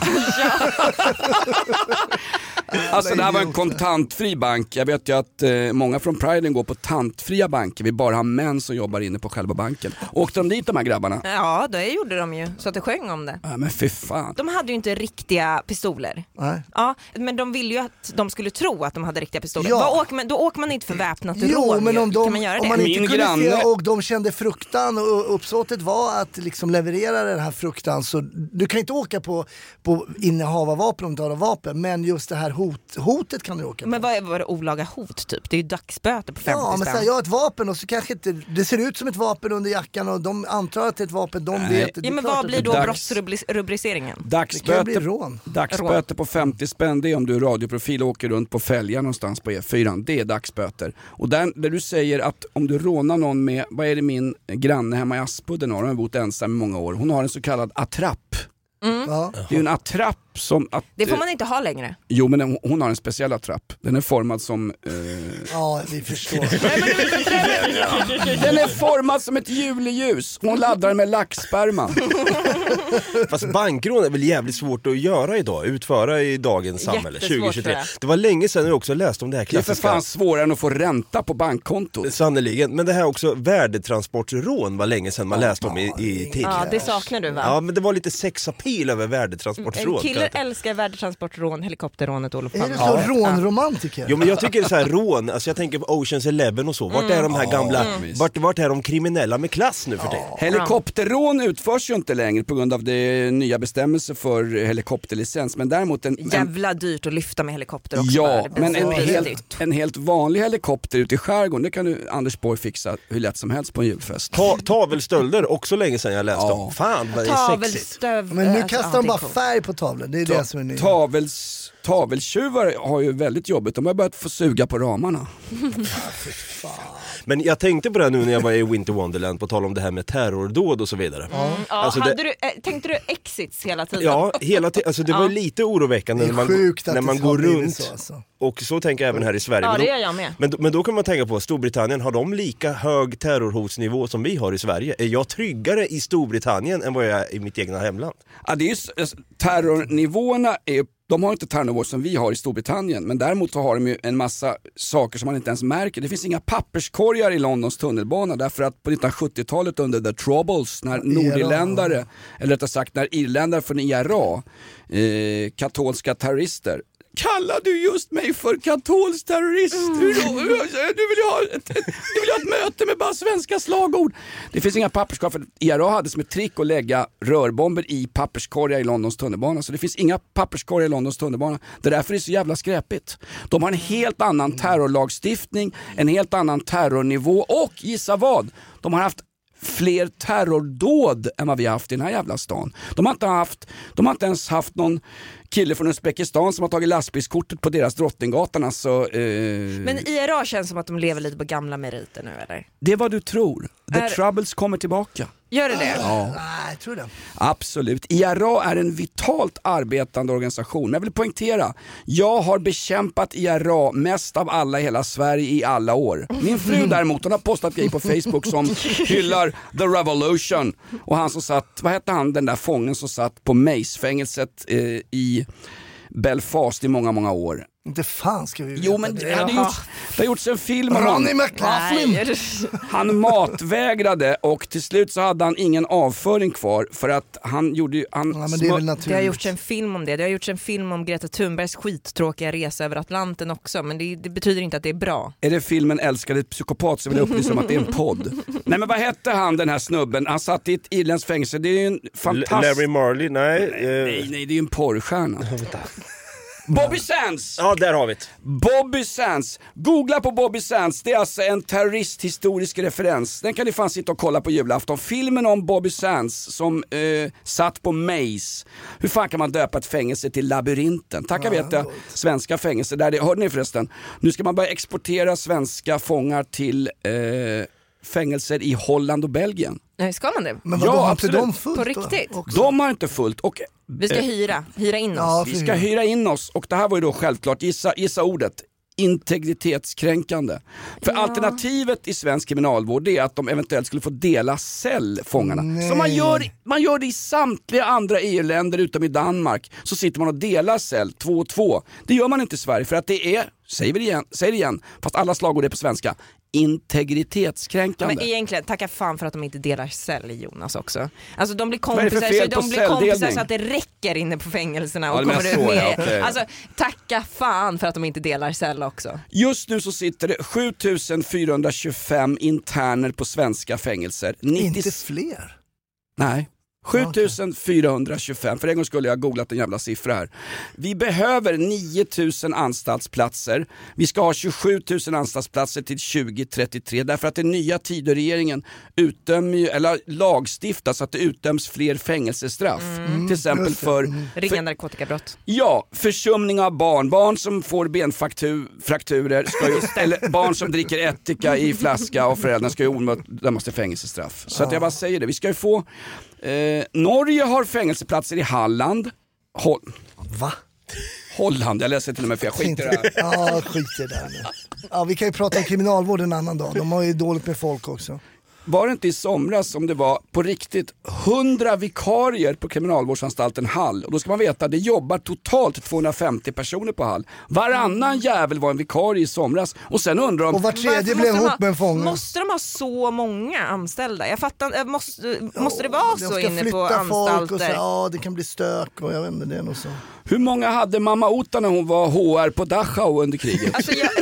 Alltså det här var en idioter. kontantfri bank. Jag vet ju att eh, många från Priden går på tantfria banker. Vi bara har män som jobbar inne på själva banken. Åkte de dit de här grabbarna? Ja, det gjorde de ju, så att det sjöng om det. Ja, men fy fan. De hade ju inte riktiga pistoler. Nej. Ja, men de ville ju att de skulle tro att de hade riktiga pistoler. Ja. Vad åker man, då åker man inte för väpnat Jo, rån. men ju. om, de, kan man göra om det? man inte Min kunde granne- se och de kände fruktan och uppsåtet var att liksom leverera den här fruktan, så du kan inte åka på, på innehav av vapen om du har vapen, men just det här hot, hotet kan du åka på. Men vad är, vad är det olaga hot typ? Det är ju dagsböter på femtio Ja, men spänn. så här, jag har ett vapen och så kanske inte, det ser ut som ett vapen under jackan och de antar att det är ett vapen, de Nej. vet. Det är Ja, men klart vad att blir det- då Dags- brottsrubriceringen? Det kan ju bli Dagsböter, rån. dagsböter på femtio spänn, det är om du är radioprofil och åker runt på fälgar någonstans på E fyra. Det är dagsböter. Och där, där du säger att om du rånar någon med, vad är det min granne hemma i Aspudden har, hon har bott ensam i många år. Hon har en så kallad attrapp. Ja. Det är ju en attrapp som... Att, Det får man inte ha längre. Jo, men hon, hon har en speciell attrapp. Den är formad som... Eh, Ja, vi förstår. den är formad som ett juleljus. Hon laddar den med laxsperma. Fast bankrån är väl jävligt svårt att göra idag, utföra i dagens samhälle Jättesvårt, tjugo tjugotre. tror jag. Det var länge sedan jag också läste om det här Det är för klassiska. fan svårare än att få ränta på bankkontot. Sannoliken, men det här också värdetransportrån var länge sedan man läste om i, i T. Ja, det saknar du va? Ja, men det var lite sexapil över värdetransportrån. Killar älskar värdetransportrån, helikopterrånet, Olof Är Palme. du så rånromantiker? Jo, men jag tycker det är så här rån, alltså jag tänker på Oceans Eleven och så. Vart är de här gamla, vart, vart är de kriminella med klass nu för det? Helikopterrån utförs ju inte längre på grund av det nya bestämmelser för helikopterlicens, men däremot en, en Jävla dyrt att lyfta med helikopter också. ja, där. Det men blir en så helt, dyrt. en helt vanlig helikopter ute i skärgården, det kan ju Anders Borg fixa hur lätt som helst på en julfest. Ta, tavelstölder, också länge sedan jag läste Ja. om. Fan vad det är sexigt. Tavelstöv. Men nu alltså, kastar ja, de det är bara coolt. färg på tavlan, det är det som är nytt. Tavels, taveltjuvar har ju väldigt jobbigt, de har börjat få suga på ramarna. Men jag tänkte på det här nu när jag var i Winter Wonderland, på tal om det här med terrordåd och så vidare. Ja, Alltså hade det- du, äh, tänkte du exits hela tiden? Ja, hela tiden. Alltså det var Ja. lite oroväckande Det är när man, sjukt att när det man har går blivit runt. så, alltså. Och så tänker jag även här i Sverige. Ja, Men det då- gör jag med. Men, då- men då kan man tänka på, Storbritannien, har de lika hög terrorhotsnivå som vi har i Sverige? Är jag tryggare i Storbritannien än vad jag är i mitt egna hemland? Ja, det är ju, s- s- terrornivåerna är, de har inte terrornivåer som vi har i Storbritannien, men däremot så har de ju en massa saker som man inte ens märker. Det finns inga papperskorgar i Londons tunnelbana därför att på nittonhundrasjuttiotalet under the Troubles, när nordirländare, eller rättare sagt när irländare från I R A, eh, katolska terrorister, kallar du just mig för katolsk terrorist? Hur då? Du vill ju ha ett, du vill ha ett möte med bara svenska slagord. Det finns inga papperskorgar, för I R A hade som ett trick att lägga rörbomber i papperskorgar i Londons tunnelbana. Så det finns inga papperskorgar i Londons tunnelbana. Det är därför det är så jävla skräpigt. De har en helt annan terrorlagstiftning, en helt annan terrornivå och gissa vad? De har haft fler terrordåd än vad vi har haft i den här jävla stan. De har inte, haft, de har inte ens haft någon kille från Uzbekistan som har tagit lastbilskortet på deras Drottninggatan. Alltså, eh... Men I R A känns som att de lever lite på gamla meriter nu, eller? det är vad du tror. The Är- Troubles kommer tillbaka. Gör det det? Ja. Nej, jag tror det. Absolut. I R A är en vitalt arbetande organisation. Men jag vill poängtera, jag har bekämpat I R A mest av alla i hela Sverige i alla år. Min fru däremot, hon har postat grejer på Facebook som hyllar The Revolution. Och han som satt, vad hette han, den där fången som satt på Mace-fängelset eh, i Belfast i många, många år. Inte fan ska vi veta Jo, men det, det. hade gjorts, det har gjorts en film om Ronny honom. McLaughlin. Han matvägrade och till slut så hade han ingen avföring kvar för att han gjorde ju... Han Ja, men det är väl naturligt. Det har gjorts en film om det. Det har gjorts en film om Greta Thunbergs skittråkiga resa över Atlanten också. Men det, det betyder inte att det är bra. Är det filmen Älskade psykopat så vill jag upplysa om att det är en podd. Nej, men vad hette han, den här snubben? Han satt i ett irländskt fängelse. Det är ju en fantastisk... Larry Marley, nej. Nej, nej, det är ju en porrstjärna. Bobby Sands! Ja, där har vi det. Bobby Sands. Googla på Bobby Sands. Det är alltså en terroristhistorisk referens. Den kan ni fan sitta och kolla på julafton. Filmen om Bobby Sands som eh, satt på Maze. Hur fan kan man döpa ett fängelse till labyrinten? Tacka vet jag, svenska fängelser där det, hörde ni förresten? Nu ska man börja exportera svenska fångar till eh, fängelser i Holland och Belgien. Nej, ska man det? Men vad Ja, har inte absolut. de fullt På då? riktigt? Också? De har inte fullt. Och Vi ska hyra, hyra in oss. Ja, vi ska hyra in oss och det här var ju då självklart, gissa, gissa ordet, integritetskränkande. För Ja. alternativet i svensk kriminalvård är att de eventuellt skulle få dela cell, fångarna. Nej. Så man gör, man gör det i samtliga andra E U-länder utom i Danmark. Så sitter man och delar cell två och två. Det gör man inte i Sverige för att det är, säger vi det igen, säger det igen, fast alla slagord är på svenska, integritetskränkande. Men egentligen, tacka fan för att de inte delar cell, Jonas också. Alltså de blir Vad är det för kompisar, fel så på de blir kompisar celldelning? så att det räcker inne på fängelserna och Ja, du menar kommer ut så, med. ja, okej. Alltså tacka fan för att de inte delar cell också. Just nu så sitter det sju tusen fyrahundratjugofem interner på svenska fängelser. nittio... Inte fler. Nej. sju tusen fyrahundratjugofem, för en gång skulle jag ha googlat en jävla siffra här. Vi behöver nio tusen anstaltsplatser. Vi ska ha tjugosju tusen anstaltsplatser till tjugo trettiotre därför att den nya Tidöregeringen utdömer ju, eller lagstiftar så att det utdöms fler fängelsestraff. Mm. Till exempel för, Ringa för narkotikabrott. ja, försumning av barn. Barn som får benfrakturer ska ju, eller barn som dricker ättika i flaska och föräldrarna ska ju dömas till fängelsestraff. Så att jag bara säger det, vi ska ju få Eh, Norge har fängelseplatser i Halland. Hol- Va? Holland, jag läser till och med för jag skiter i det här. Ja, skit i det där nu. Ja, vi kan ju prata om kriminalvård en annan dag. De har ju dåligt med folk också. Var det inte i somras som det var på riktigt hundra vikarier på kriminalvårdsanstalten Hall? Och då ska man veta att det jobbar totalt tvåhundrafemtio personer på Hall. Varannan jävel var en vikarie i somras. Och sen undrar de... Och var tredje Varför blev måste de ihop med en ha- fånge. Måste de ha så många anställda? Jag fattar inte, måste, måste det vara De så ska inne på flytta folk och anstalter? så, ja, det kan bli stök och jag vet inte, det är nog så. Hur många hade mamma Ota när hon var H R på Dachau under kriget? Alltså jag,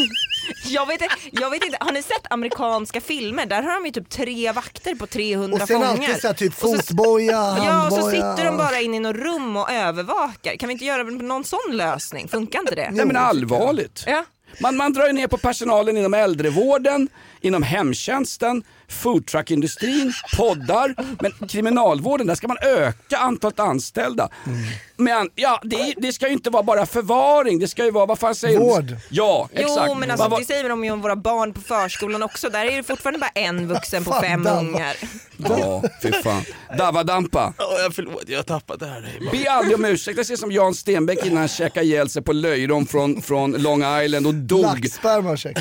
jag, vet, jag vet inte, har ni sett amerikanska filmer? Där har de ju typ tre vakter på trehundra Och sen fångar. alltid så här, typ Och så- fotboja, Ja, och så handboja. sitter de bara inne i något rum och övervakar. Kan vi inte göra någon sån lösning? Funkar inte det? Nej men allvarligt. Ja. Man, man drar ju ner på personalen inom äldrevården, inom hemtjänsten, foodtruckindustrin, poddar. Men kriminalvården, där ska man öka antalet anställda. Mm. Men ja, det, det ska ju inte vara bara förvaring, det ska ju vara, vad fan säger Vård. du? Ja, exakt. Jo, men alltså, Vad- det säger de ju om våra barn på förskolan också. Där är det fortfarande bara en vuxen på Fan, fem Dava. ungar. Ja, fy fan. Davadampa. Oh, jag förlåt, jag har tappat det här. Be aldrig om ursäkt. Jag ser som Jan Stenbeck innan han käkade ihjäl sig på löjrom från, från Long Island och dog. Laxsperma käk.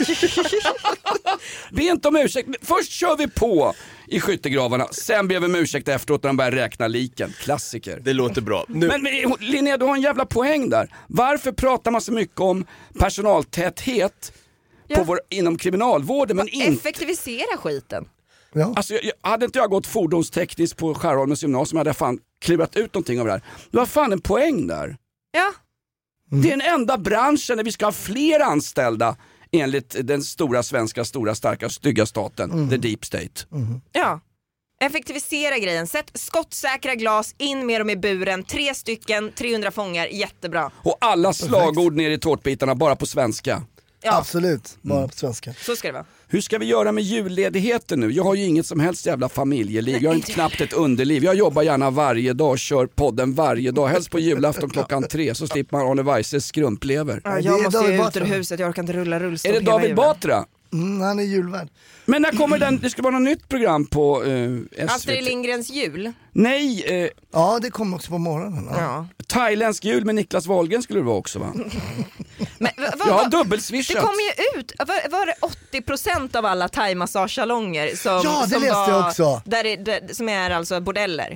Be inte om ursäkt. Först kör vi på i skyttegravarna. Sen ber vi om ursäkt efteråt när de börjar räkna liken. Klassiker. Det låter bra. Nu. Men, men Linnea, du har en jävla poäng där. Varför pratar man så mycket om personaltäthet Ja. på vår, inom kriminalvården men inte... Effektivisera skiten. Ja. Alltså, jag, jag, hade inte jag gått fordonstekniskt på Skärholmens gymnasium hade jag fan klurat ut någonting av det här. Du har fan en poäng där. Ja. Det är den enda branschen där vi ska ha fler anställda enligt den stora svenska, stora, starka, stygga staten, Mm. the deep state. Ja. Effektivisera grejen. Sätt skottsäkra glas, in med dem i buren. Tre stycken, trehundra fångar, jättebra. Och alla slagord ner i tårtbitarna bara på svenska. Ja, Absolut, bara på svenska. så ska det vara. Hur ska vi göra med julledigheten nu? Jag har ju inget som helst jävla familjeliv. Jag har inte knappt ett underliv. Jag jobbar gärna varje dag, kör podden varje dag. Helst på julafton klockan tre så slipper man Arne Weises skrumplever. Ja, det jag är måste David ju ut Batra. ur huset, jag orkar inte rulla rullstol Är det hela David julen. Batra? Mm, han är julvärd. Men när kommer den? Det ska vara något nytt program på eh, S V T. Astrid Lindgrens jul. Nej, eh, Ja, det kommer också på morgonen. Ja. Ja. thailändsk jul med Niklas Wahlgren skulle det vara också va? Men, va, va, Jag har va, dubbelswishat. det kommer ju ut, var, var det åttio procent av alla thai-massagesalonger som, Ja, det som läste var, jag också. Där det, där, som är alltså bordeller?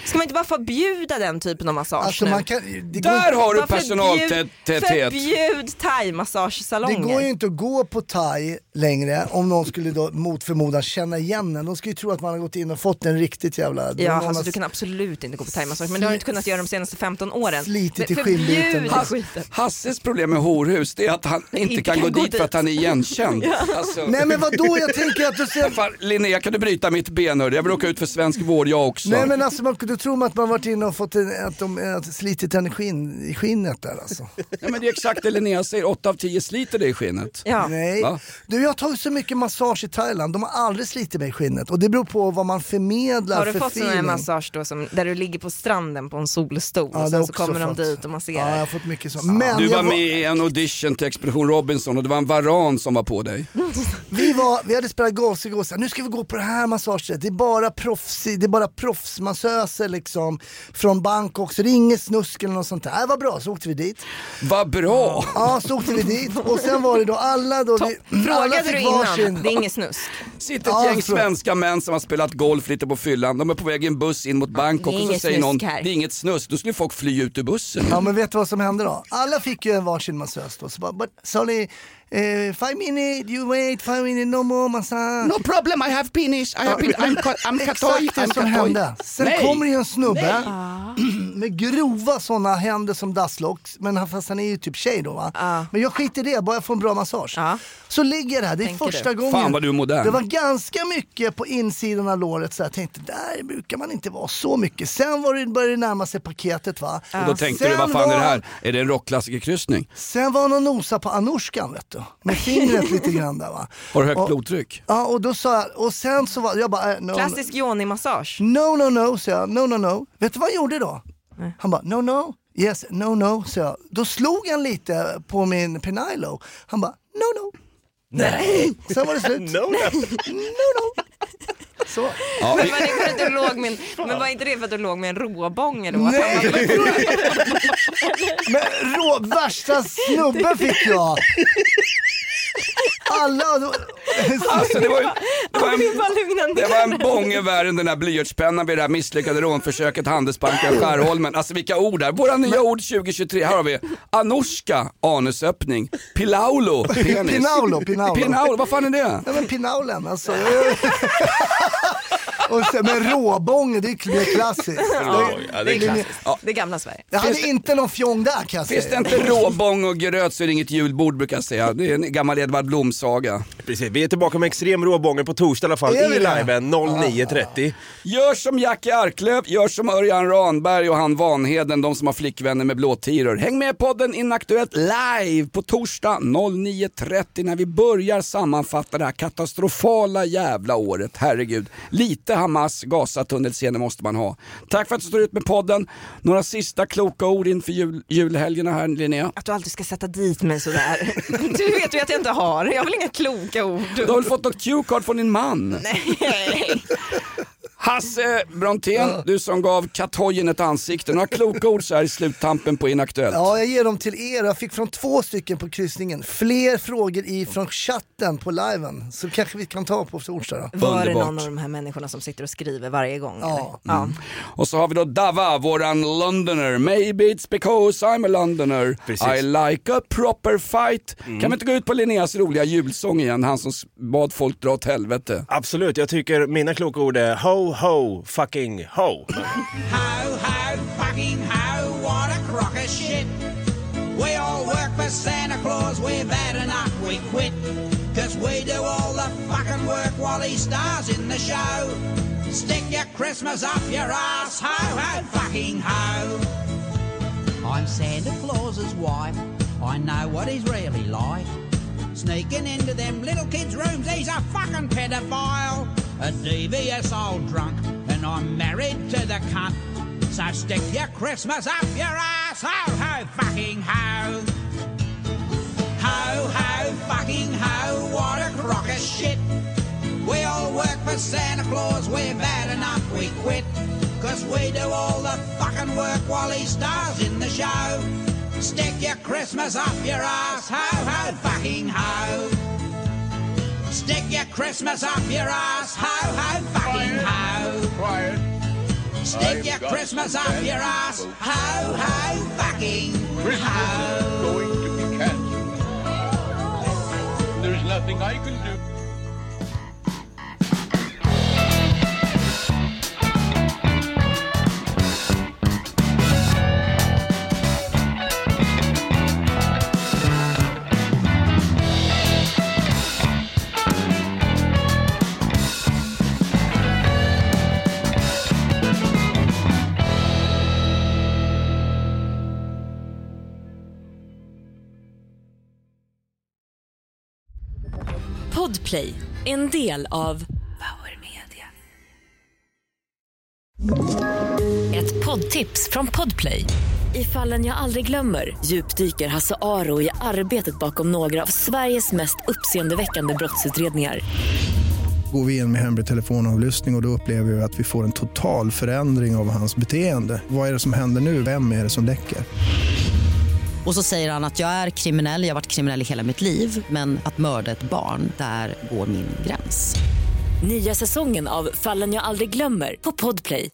Ska man inte bara förbjuda den typen av massage Alltså nu? man kan, det går Där inte, har du Bara personaltäthet. Förbjud det thai-massagesalonger. går ju inte att gå på thai längre om någon skulle då mot förmodan känna igen den. De skulle ju tro att man har gått in och fått en riktigt jävla... Ja, någon alltså har du kan absolut inte gå på thai-massage, men det har du inte kunnat göra de senaste femton åren. Slitit i Förbjud skinnbiten. skiten. Hasses problem med horhus, det är att han inte kan, gå dit för att han är igenkänd. Alltså, Nej men vadå, jag tänker att du ser... fan, Linnea, kan du bryta mitt ben? Hör? Jag vill åka ut för svensk vård jag också. Nej men alltså man, då tror man att man varit inne och fått en, att de att slitit henne skinn, i skinnet där alltså. Ja, men det är exakt det Linnea säger, åtta av tio sliter det i skinnet. Ja. Nej, Va? du jag har tagit så mycket massage i Thailand, de har aldrig slitit mig i skinnet och det beror på vad man förmedlar Har du för fått sån här feeling. massage då som, där du ligger på stranden på en solstol Ja, och det sen har så också kommer de fått. dit och masserar? Ja, jag har fått mycket så. Men Du jag var med i en audition till Expedition Robinson och det var en varan som var på dig. Vi, var, vi hade spelat golf igår, så här, nu ska vi gå på det här massaget. Det är bara proffs, det är bara proffsmassöser liksom från Bangkok, så det är inget snusk eller något sånt där. Det var bra, så åkte vi dit. Vad bra! Ja, så åkte vi dit och sen var det då alla då vi, alla Frågade fick du innan? varsin. Det är inget snusk. Sitter ett Ja, gäng så. svenska män som har spelat golf lite på fyllan. De är på väg i en buss in mot Bangkok Det är och så inget säger någon, snusk här. det är inget snus. Då skulle folk fly ut ur bussen. Ja, men vet du vad som hände då? Alla fick ju en varsin massös då. Så bara, but sorry, eh, five minutes, you wait, five minutes, no more massage. No problem, I have penis, I have penis. I'm, ca- I'm katoj, Exakt det I'm som katoj. hände. Sen Nej. kommer det en snubbe med grova sådana händer som dasslocks. Men han, fast han är ju typ tjej då va? Ja. Men jag skiter i det, bara jag får en bra massage. Ja. Så ligger jag där, det är Tänker första du? gången. Fan vad du är modern. Det var ganska mycket på insidan av låret så jag tänkte, där brukar man inte vara så mycket. Sen var det, började det närma sig paketet va? Och då tänkte Sen du, vad fan var, är det här? Är det en rockklassikerkryssning? Sen var någon nosa på Anushkan vet du. Med fingret lite grann där va. Har du högt Och- blodtryck? Ja, och då sa jag, och sen så var jag bara, äh, no, Klassisk yoni-massage. no, no, no, sa jag, no, no, no. Vet du vad han gjorde då? Nej. Han bara, no, no, yes, no, no, sa jag. Då slog han lite på min penilo. Han bara, no, no. Nej! Sen var det slut. No, no. No, no. Så. Ja, Men vi, var det för att du låg med en, men var inte det för att du låg med en råbånge då? Nej! Men rå, värsta snubben fick jag. Alla... Då, alltså det var ju, det var Det en, var lugnande. det var en bånge värre än den där blyertspennan vid det här misslyckade rånförsöket Handelsbanken Skärholmen. Alltså vilka ord där. Våra nya ord tjugo tjugotre. Här har vi Anushka, anusöppning. Pilaulo, penis. Pinaulo, pinaulo. Pinaulo, vad fan är det? Ja men pinaulen alltså. Och sen med råbånge, det är mer klassiskt. Ja, ja, det är klassiskt. Ja. Det gamla Sverige. Jag hade inte någon fjong där kan jag Finns det säga. inte råbång och gröt så är det inget julbord brukar jag säga. Det är en gammal Edvard Blom-saga. Precis, vi är tillbaka med extrem råbånger på torsdag i alla fall Är vi i det? liven nio trettio. Gör som Jackie Arklöv, gör som Örjan Ranberg och han Vanheden, de som har flickvänner med blåtiror. Häng med podden Inaktuellt live på torsdag nio trettio när vi börjar sammanfatta det här katastrofala jävla året. Herregud, lite Hamas Gaza-tunnelscener måste man ha. Tack för att du står ut med podden. Några sista kloka ord inför jul, julhelgerna här, Linnea. Att du alltid ska sätta dit mig sådär. Du vet ju att jag inte har. Jag har väl inga kloka ord. Du har väl fått något cue-card från din man? Nej. Hasse Brontén, du som gav katojen ett ansikte. Några kloka ord så här i sluttampen på Inaktuellt. Ja, jag ger dem till er. Jag fick från två stycken på kryssningen. Fler frågor i från chatten på liven. Så kanske vi kan ta på torsdag då. Var det Underbart. någon av de här människorna som sitter och skriver varje gång? Ja. Eller? Ja. Och så har vi då Dava, våran Londoner. Maybe it's because I'm a Londoner. Precis. I like a proper fight. Kan vi inte gå ut på Linneas roliga julsång igen? Han som s- bad folk dra åt helvete. Absolut, jag tycker mina kloka ord är ho, ho, fucking ho. Ho, ho, fucking ho, what a crock of shit. We all work for Santa Claus, we've had enough, we quit. Cause we do all the fucking work while he stars in the show. Stick your Christmas up your ass, ho, ho, fucking ho. I'm Santa Claus's wife, I know what he's really like. Sneaking into them little kids' rooms, he's a fucking pedophile. A devious old drunk, and I'm married to the cunt. So stick your Christmas up your ass, ho, ho, fucking ho. Ho, ho, fucking ho, what a crock of shit. We all work for Santa Claus, we've had enough, we quit. Cause we do all the fucking work while he stars in the show. Stick your Christmas up your ass, ho, ho, fucking ho. Stick your Christmas up your ass, ho, ho, fucking ho. stick your Christmas up your ass. How, how, fucking how. Going to be cancelled. There's nothing I can do. Podplay, en del av Power Media. Ett poddtips från Podplay. I Fallen jag aldrig glömmer djupdyker Hasse Aro i arbetet bakom några av Sveriges mest uppseendeväckande brottsutredningar. Går vi in med hemlig telefonavlyssning och, och då upplever vi att vi får en total förändring av hans beteende. Vad är det som händer nu? Vem är det som läcker? Och så säger han att jag är kriminell, jag har varit kriminell i hela mitt liv. Men att mörda ett barn, där går min gräns. Nya säsongen av Fallen jag aldrig glömmer på Podplay.